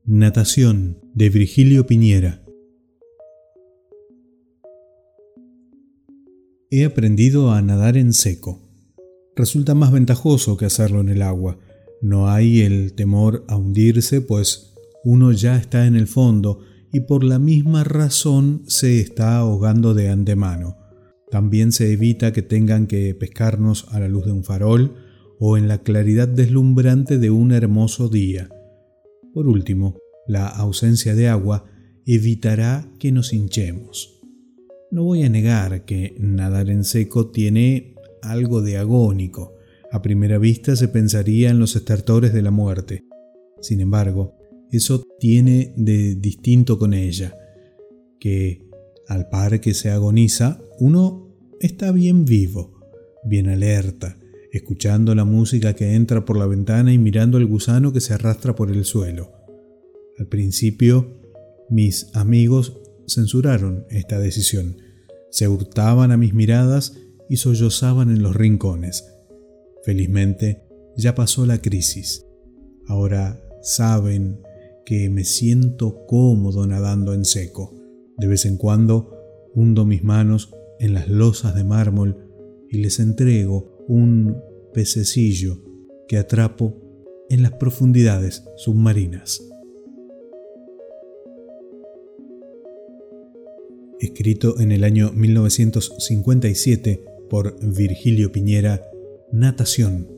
Natación, de Virgilio Piñera. He aprendido a nadar en seco. Resulta más ventajoso que hacerlo en el agua. No hay el temor a hundirse, pues uno ya está en el fondo y por la misma razón se está ahogando de antemano. También se evita que tengan que pescarnos a la luz de un farol o en la claridad deslumbrante de un hermoso día. Por último, la ausencia de agua evitará que nos hinchemos. No voy a negar que nadar en seco tiene algo de agónico. A primera vista se pensaría en los estertores de la muerte. Sin embargo, eso tiene de distinto con ella, que al par que se agoniza, uno está bien vivo, bien alerta, escuchando la música que entra por la ventana y mirando el gusano que se arrastra por el suelo. Al principio, mis amigos censuraron esta decisión. Se hurtaban a mis miradas y sollozaban en los rincones. Felizmente, ya pasó la crisis. Ahora saben que me siento cómodo nadando en seco. De vez en cuando hundo mis manos en las losas de mármol y les entrego un pececillo que atrapo en las profundidades submarinas. Escrito en el año 1957 por Virgilio Piñera, Natación.